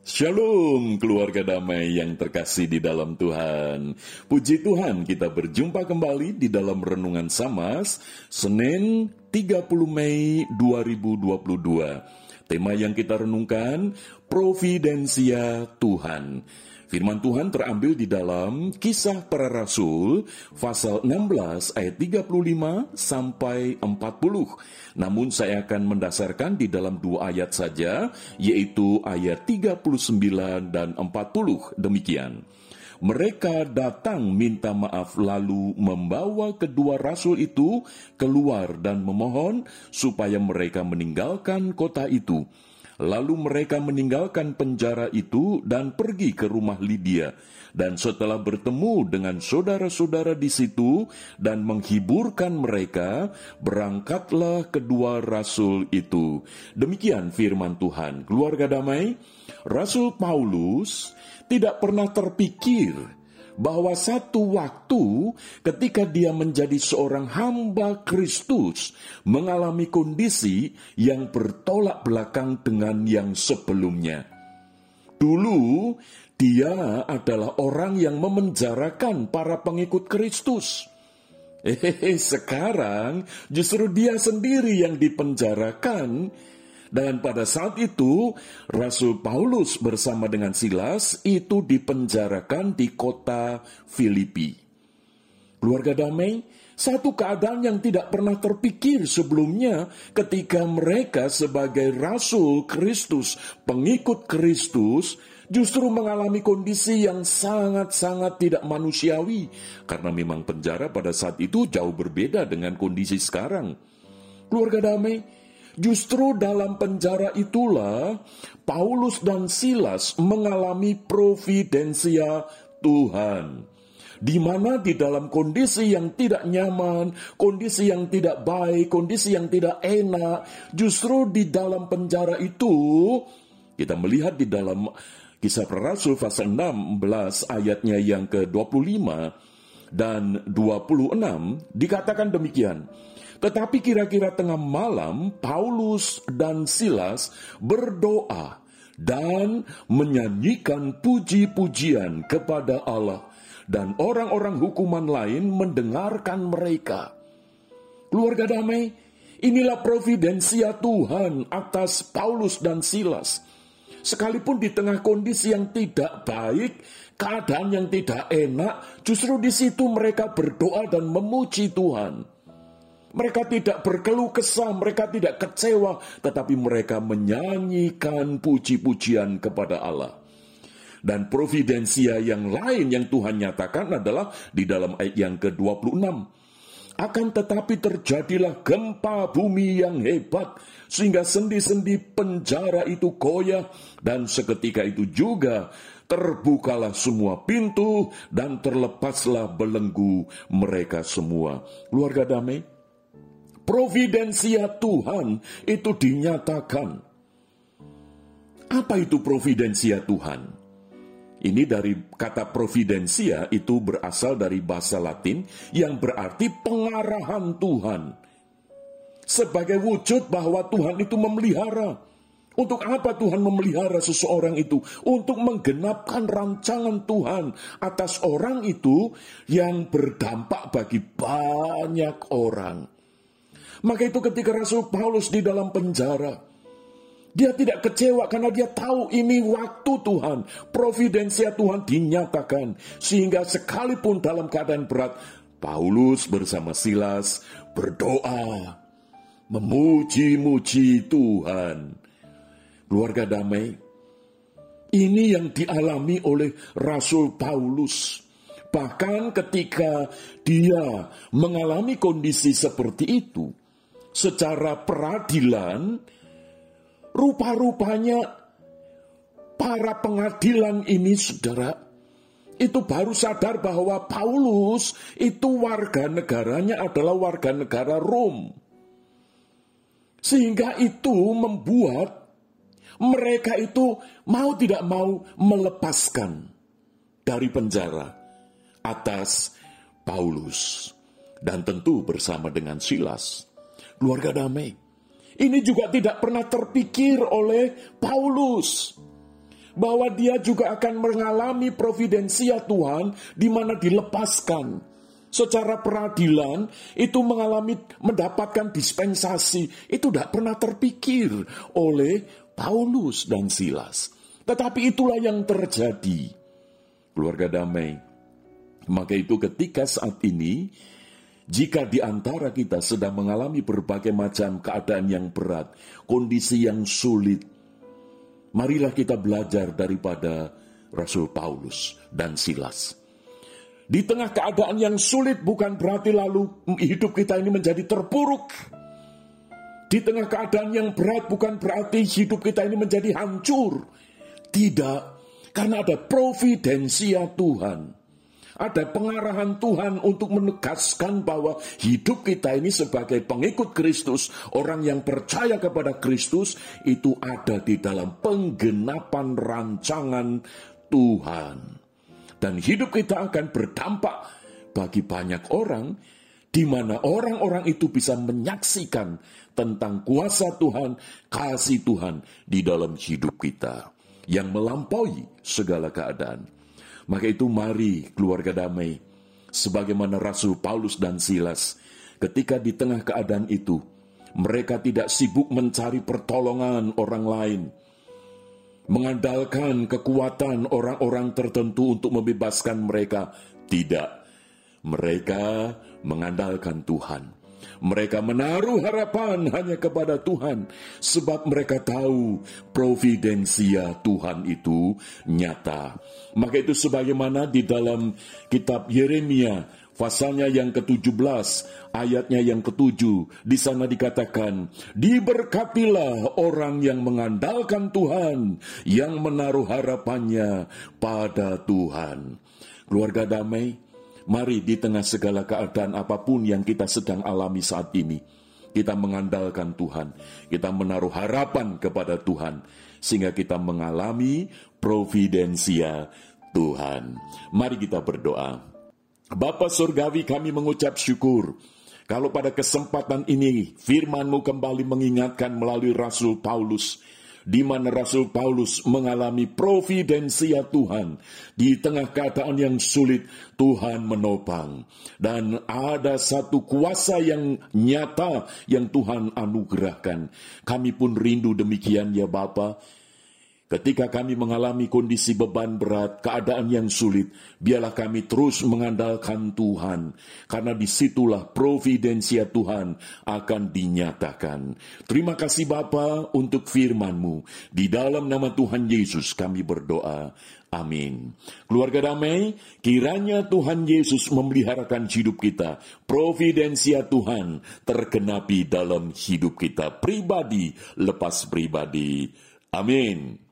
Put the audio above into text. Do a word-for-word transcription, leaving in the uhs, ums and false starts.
Shalom keluarga damai yang terkasih di dalam Tuhan. Puji Tuhan, kita berjumpa kembali di dalam Renungan Samas Senin tiga puluh Mei dua ribu dua puluh dua. Tema yang kita renungkan, Providensia Tuhan. Firman Tuhan terambil di dalam Kisah Para Rasul pasal enam belas ayat tiga puluh lima sampai empat puluh. Namun saya akan mendasarkan di dalam dua ayat saja, yaitu ayat tiga puluh sembilan dan empat puluh. Demikian. Mereka datang minta maaf lalu membawa kedua rasul itu keluar dan memohon supaya mereka meninggalkan kota itu. Lalu mereka meninggalkan penjara itu dan pergi ke rumah Lydia. Dan setelah bertemu dengan saudara-saudara di situ dan menghiburkan mereka, berangkatlah kedua rasul itu. Demikian firman Tuhan. Keluarga damai, Rasul Paulus tidak pernah terpikir bahwa satu waktu ketika dia menjadi seorang hamba Kristus mengalami kondisi yang bertolak belakang dengan yang sebelumnya. Dulu dia adalah orang yang memenjarakan para pengikut Kristus. Hehehe, sekarang justru dia sendiri yang dipenjarakan. Dan pada saat itu, Rasul Paulus bersama dengan Silas itu dipenjarakan di kota Filipi. Keluarga damai, satu keadaan yang tidak pernah terpikir sebelumnya ketika mereka sebagai Rasul Kristus, pengikut Kristus, justru mengalami kondisi yang sangat-sangat tidak manusiawi. Karena memang penjara pada saat itu jauh berbeda dengan kondisi sekarang. Keluarga damai, justru dalam penjara itulah Paulus dan Silas mengalami providensia Tuhan. Di mana di dalam kondisi yang tidak nyaman, kondisi yang tidak baik, kondisi yang tidak enak, justru di dalam penjara itu, kita melihat di dalam Kisah Para Rasul pasal enam belas ayatnya yang ke dua puluh lima dan dua puluh enam, dikatakan demikian. Tetapi kira-kira tengah malam, Paulus dan Silas berdoa dan menyanyikan puji-pujian kepada Allah. Dan orang-orang hukuman lain mendengarkan mereka. Keluarga damai, inilah providensia Tuhan atas Paulus dan Silas. Sekalipun di tengah kondisi yang tidak baik, keadaan yang tidak enak, justru di situ mereka berdoa dan memuji Tuhan. Mereka tidak berkeluh kesah, mereka tidak kecewa, tetapi mereka menyanyikan puji-pujian kepada Allah. Dan providensia yang lain yang Tuhan nyatakan adalah di dalam ayat yang ke dua puluh enam. Akan tetapi terjadilah gempa bumi yang hebat, sehingga sendi-sendi penjara itu goyah, dan seketika itu juga terbukalah semua pintu, dan terlepaslah belenggu mereka semua. Keluarga damai, providensia Tuhan itu dinyatakan. Apa itu providensia Tuhan? Ini dari kata providensia itu berasal dari bahasa Latin yang berarti pengarahan Tuhan. Sebagai wujud bahwa Tuhan itu memelihara. Untuk apa Tuhan memelihara seseorang itu? Untuk menggenapkan rancangan Tuhan atas orang itu yang berdampak bagi banyak orang. Maka itu ketika Rasul Paulus di dalam penjara, dia tidak kecewa karena dia tahu ini waktu Tuhan. Providensia Tuhan dinyatakan. Sehingga sekalipun dalam keadaan berat, Paulus bersama Silas berdoa, memuji-muji Tuhan. Keluarga damai, ini yang dialami oleh Rasul Paulus. Bahkan ketika dia mengalami kondisi seperti itu, secara peradilan, rupa-rupanya para pengadilan ini, saudara, itu baru sadar bahwa Paulus itu warga negaranya adalah warga negara Rom. Sehingga itu membuat mereka itu mau tidak mau melepaskan dari penjara atas Paulus. Dan tentu bersama dengan Silas. Keluarga damai, ini juga tidak pernah terpikir oleh Paulus bahwa dia juga akan mengalami providensia Tuhan di mana dilepaskan secara peradilan, itu mengalami mendapatkan dispensasi. Itu tidak pernah terpikir oleh Paulus dan Silas. Tetapi itulah yang terjadi. Keluarga damai. Maka itu ketika saat ini, jika di antara kita sedang mengalami berbagai macam keadaan yang berat, kondisi yang sulit, marilah kita belajar daripada Rasul Paulus dan Silas. Di tengah keadaan yang sulit bukan berarti lalu hidup kita ini menjadi terpuruk. Di tengah keadaan yang berat bukan berarti hidup kita ini menjadi hancur. Tidak, karena ada providensia Tuhan. Ada pengarahan Tuhan untuk menegaskan bahwa hidup kita ini sebagai pengikut Kristus, orang yang percaya kepada Kristus, itu ada di dalam penggenapan rancangan Tuhan. Dan hidup kita akan berdampak bagi banyak orang, di mana orang-orang itu bisa menyaksikan tentang kuasa Tuhan, kasih Tuhan di dalam hidup kita, yang melampaui segala keadaan. Maka itu mari keluarga damai, sebagaimana Rasul Paulus dan Silas, ketika di tengah keadaan itu, mereka tidak sibuk mencari pertolongan orang lain, mengandalkan kekuatan orang-orang tertentu untuk membebaskan mereka. Tidak, mereka mengandalkan Tuhan. Mereka menaruh harapan hanya kepada Tuhan, sebab mereka tahu providensia Tuhan itu nyata. Maka itu sebagaimana di dalam kitab Yeremia, pasalnya yang ketujuh belas, ayatnya yang ketujuh, di sana dikatakan, diberkatilah orang yang mengandalkan Tuhan, yang menaruh harapannya pada Tuhan. Keluarga damai, mari di tengah segala keadaan apapun yang kita sedang alami saat ini, kita mengandalkan Tuhan, kita menaruh harapan kepada Tuhan, sehingga kita mengalami providensia Tuhan. Mari kita berdoa. Bapa Surgawi, kami mengucap syukur, kalau pada kesempatan ini firman-Mu kembali mengingatkan melalui Rasul Paulus, di mana Rasul Paulus mengalami providensia Tuhan. Di tengah keadaan yang sulit, Tuhan menopang. Dan ada satu kuasa yang nyata yang Tuhan anugerahkan. Kami pun rindu demikian ya Bapa. Ketika kami mengalami kondisi beban berat, keadaan yang sulit, biarlah kami terus mengandalkan Tuhan. Karena disitulah providensia Tuhan akan dinyatakan. Terima kasih Bapa untuk firman-Mu. Di dalam nama Tuhan Yesus kami berdoa. Amin. Keluarga damai, kiranya Tuhan Yesus memeliharakan hidup kita. Providensia Tuhan tergenapi dalam hidup kita pribadi lepas pribadi. Amin.